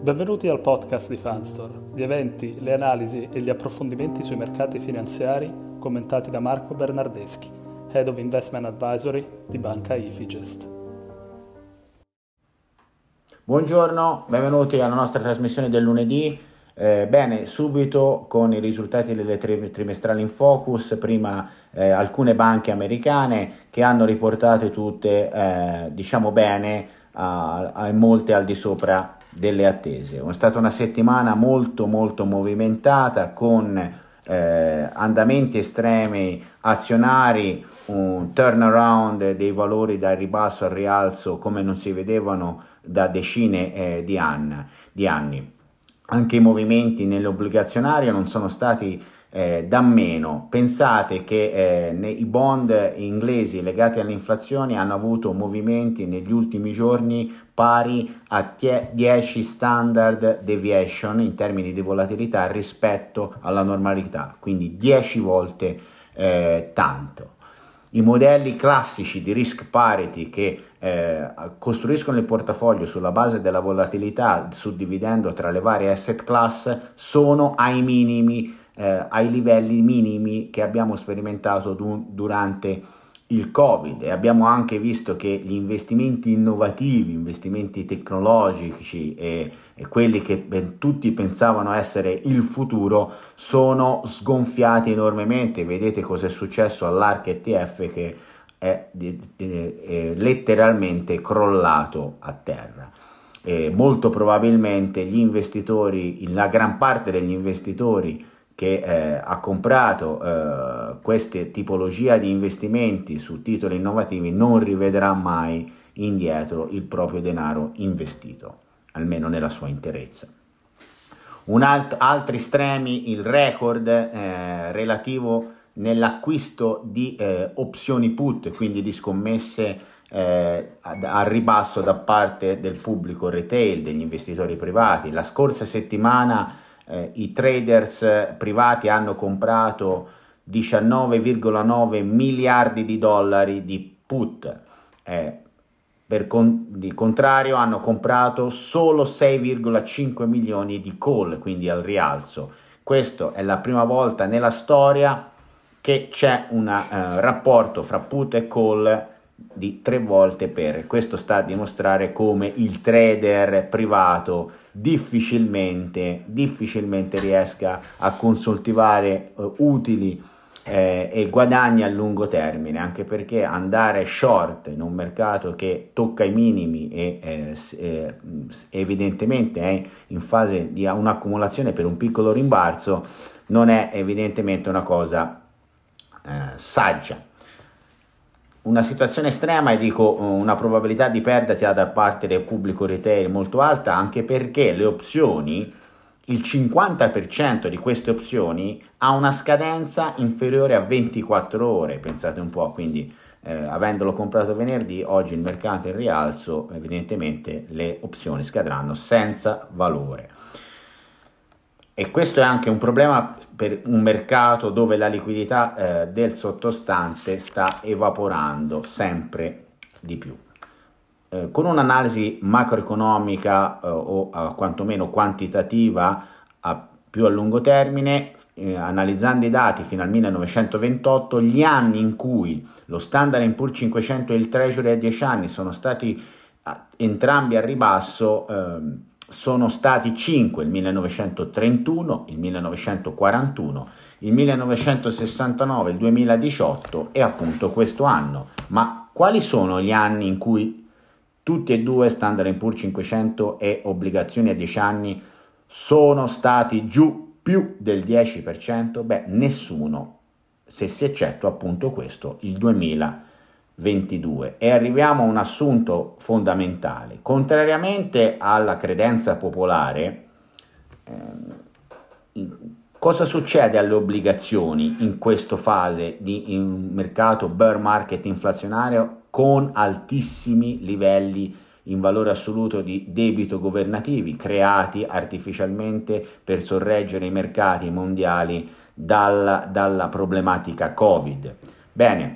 Benvenuti al podcast di Fanstore, gli eventi, le analisi e gli approfondimenti sui mercati finanziari commentati da Marco Bernardeschi, Head of Investment Advisory di Banca Ifigest. Buongiorno, benvenuti alla nostra trasmissione del lunedì. Bene, subito con i risultati delle trimestrali in focus, prima alcune banche americane che hanno riportato tutte, bene, molte al di sopra delle attese. È stata una settimana molto movimentata con andamenti estremi azionari, un turnaround dei valori dal ribasso al rialzo come non si vedevano da decine di anni. Anche i movimenti nell'obbligazionario non sono stati da meno. Pensate che i bond inglesi legati all'inflazione hanno avuto movimenti negli ultimi giorni pari a 10 standard deviation in termini di volatilità rispetto alla normalità, quindi 10 volte tanto. I modelli classici di risk parity che costruiscono il portafoglio sulla base della volatilità, suddividendo tra le varie asset class, sono ai livelli minimi che abbiamo sperimentato durante il Covid, e abbiamo anche visto che gli investimenti innovativi, investimenti tecnologici e quelli che tutti pensavano essere il futuro sono sgonfiati enormemente. Vedete cosa è successo all'ARK ETF, che è letteralmente crollato a terra. Molto probabilmente gli investitori, la gran parte degli investitori che ha comprato queste tipologie di investimenti su titoli innovativi non rivedrà mai indietro il proprio denaro investito, almeno nella sua interezza. Altri estremi, il record relativo nell'acquisto di opzioni put, quindi di scommesse al ribasso da parte del pubblico retail, degli investitori privati. La scorsa settimana i traders privati hanno comprato 19,9 miliardi di dollari di put, di contrario hanno comprato solo 6,5 milioni di call, quindi al rialzo. Questo è la prima volta nella storia che c'è un rapporto fra put e call di 3 volte per. Questo sta a dimostrare come il trader privato difficilmente riesca a coltivare utili e guadagni a lungo termine, anche perché andare short in un mercato che tocca i minimi e evidentemente è in fase di un'accumulazione per un piccolo rimbalzo non è evidentemente una cosa saggia. Una situazione estrema, e dico una probabilità di perdita da parte del pubblico retail molto alta, anche perché le opzioni, il 50% di queste opzioni ha una scadenza inferiore a 24 ore, pensate un po', quindi avendolo comprato venerdì, oggi il mercato è in rialzo, evidentemente le opzioni scadranno senza valore. E questo è anche un problema per un mercato dove la liquidità del sottostante sta evaporando sempre di più. Con un'analisi macroeconomica o quantomeno quantitativa più a lungo termine, analizzando i dati fino al 1928, gli anni in cui lo Standard & Poor's 500 e il Treasury a 10 anni sono stati entrambi a ribasso, sono stati 5, il 1931, il 1941, il 1969, il 2018 e appunto questo anno. Ma quali sono gli anni in cui tutti e due Standard & Poor's 500 e obbligazioni a 10 anni sono stati giù più del 10%? Beh, nessuno, se si eccettua appunto questo, il 2022. E arriviamo a un assunto fondamentale. Contrariamente alla credenza popolare, cosa succede alle obbligazioni in questa fase di un mercato bear market inflazionario con altissimi livelli in valore assoluto di debito governativi creati artificialmente per sorreggere i mercati mondiali dalla problematica Covid? Bene,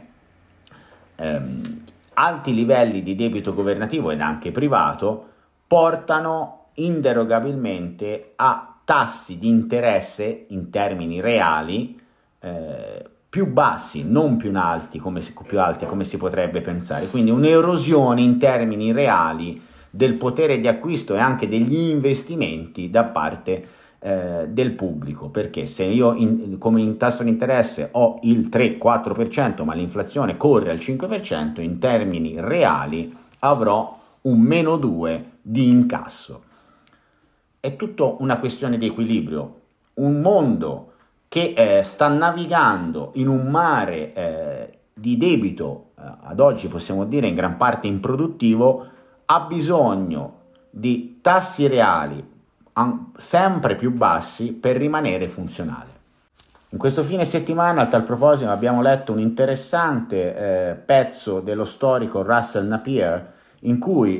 alti livelli di debito governativo ed anche privato portano inderogabilmente a tassi di interesse in termini reali più bassi, non più alti come si potrebbe pensare, quindi un'erosione in termini reali del potere di acquisto e anche degli investimenti da parte del pubblico, perché se io come in tasso di interesse ho il 3-4% ma l'inflazione corre al 5%, in termini reali avrò un -2 di incasso. È tutto una questione di equilibrio. Un mondo che sta navigando in un mare di debito, ad oggi possiamo dire in gran parte improduttivo, ha bisogno di tassi reali sempre più bassi per rimanere funzionale. In questo fine settimana, a tal proposito, abbiamo letto un interessante pezzo dello storico Russell Napier in cui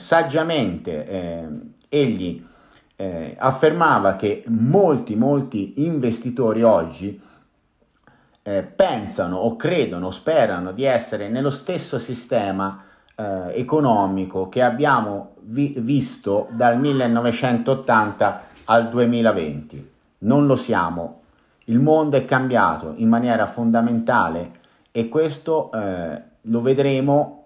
saggiamente egli affermava che molti investitori oggi pensano o credono o sperano di essere nello stesso sistema economico che abbiamo visto dal 1980 al 2020. Non lo siamo. Il mondo è cambiato in maniera fondamentale e questo lo vedremo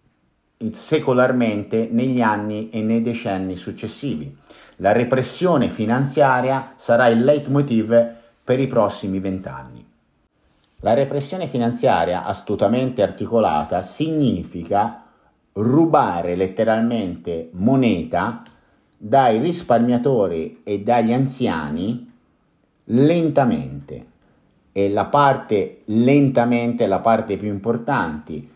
secolarmente negli anni e nei decenni successivi. La repressione finanziaria sarà il leitmotiv per i prossimi 20 anni. La repressione finanziaria astutamente articolata significa rubare letteralmente moneta dai risparmiatori e dagli anziani lentamente, e la parte lentamente è la parte più importante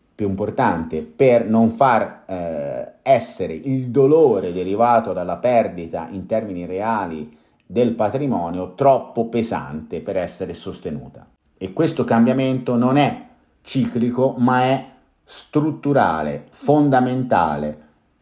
per non far essere il dolore derivato dalla perdita in termini reali del patrimonio troppo pesante per essere sostenuta. E questo cambiamento non è ciclico, ma è strutturale, fondamentale.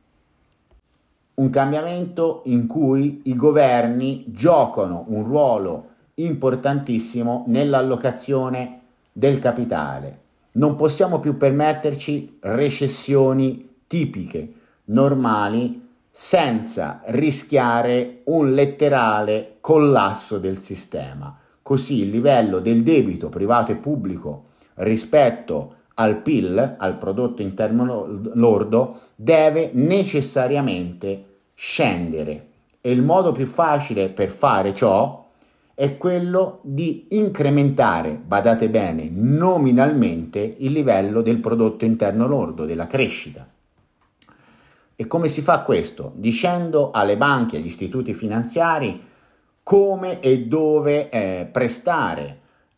Un cambiamento in cui i governi giocano un ruolo importantissimo nell'allocazione del capitale. Non possiamo più permetterci recessioni tipiche, normali, senza rischiare un letterale collasso del sistema. Così il livello del debito privato e pubblico rispetto al PIL, al prodotto interno lordo, deve necessariamente scendere. E il modo più facile per fare ciò è quello di incrementare, badate bene, nominalmente il livello del prodotto interno lordo, della crescita. E come si fa questo? Dicendo alle banche e agli istituti finanziari come e dove prestare,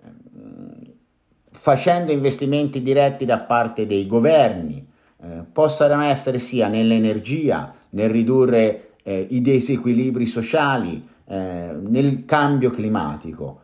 facendo investimenti diretti da parte dei governi, possano essere sia nell'energia, nel ridurre i disequilibri sociali, nel cambio climatico,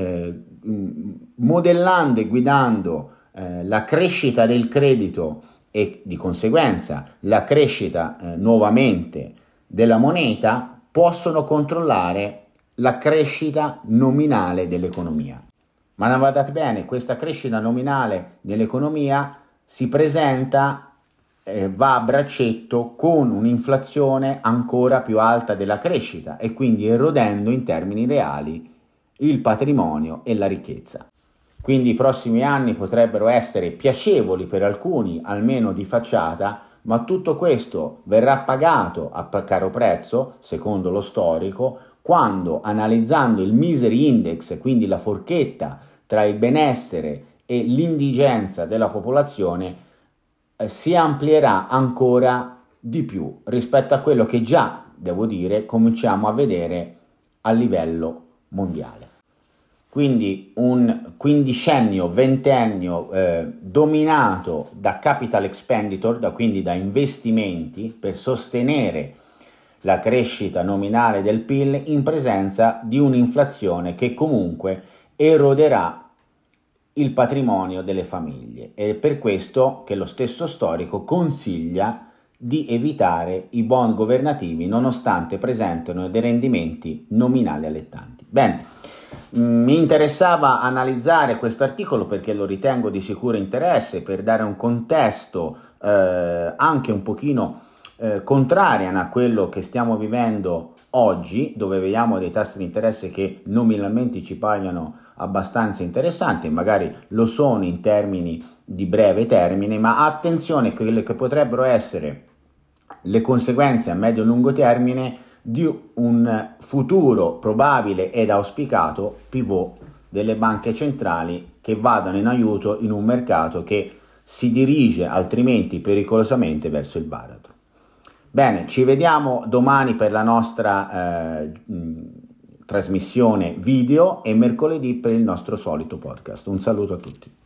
modellando e guidando la crescita del credito e di conseguenza la crescita nuovamente della moneta, possono controllare la crescita nominale dell'economia. Ma non guardate bene, questa crescita nominale dell'economia si presenta va a braccetto con un'inflazione ancora più alta della crescita e quindi erodendo in termini reali il patrimonio e la ricchezza. Quindi i prossimi anni potrebbero essere piacevoli per alcuni, almeno di facciata, ma tutto questo verrà pagato a caro prezzo, secondo lo storico, quando analizzando il misery index, quindi la forchetta tra il benessere e l'indigenza della popolazione, si amplierà ancora di più rispetto a quello che già, devo dire, cominciamo a vedere a livello mondiale. Quindi un quindicennio, ventennio dominato da capital expenditure, quindi da investimenti per sostenere la crescita nominale del PIL in presenza di un'inflazione che comunque eroderà il patrimonio delle famiglie. È per questo che lo stesso storico consiglia di evitare i bond governativi nonostante presentino dei rendimenti nominali allettanti. Bene, mi interessava analizzare questo articolo perché lo ritengo di sicuro interesse per dare un contesto anche un pochino contrariano a quello che stiamo vivendo oggi, dove vediamo dei tassi di interesse che nominalmente ci paiono abbastanza interessanti, magari lo sono in termini di breve termine, ma attenzione a quelle che potrebbero essere le conseguenze a medio e lungo termine di un futuro probabile ed auspicato pivot delle banche centrali che vadano in aiuto in un mercato che si dirige altrimenti pericolosamente verso il baratro. Bene, ci vediamo domani per la nostra trasmissione video e mercoledì per il nostro solito podcast. Un saluto a tutti.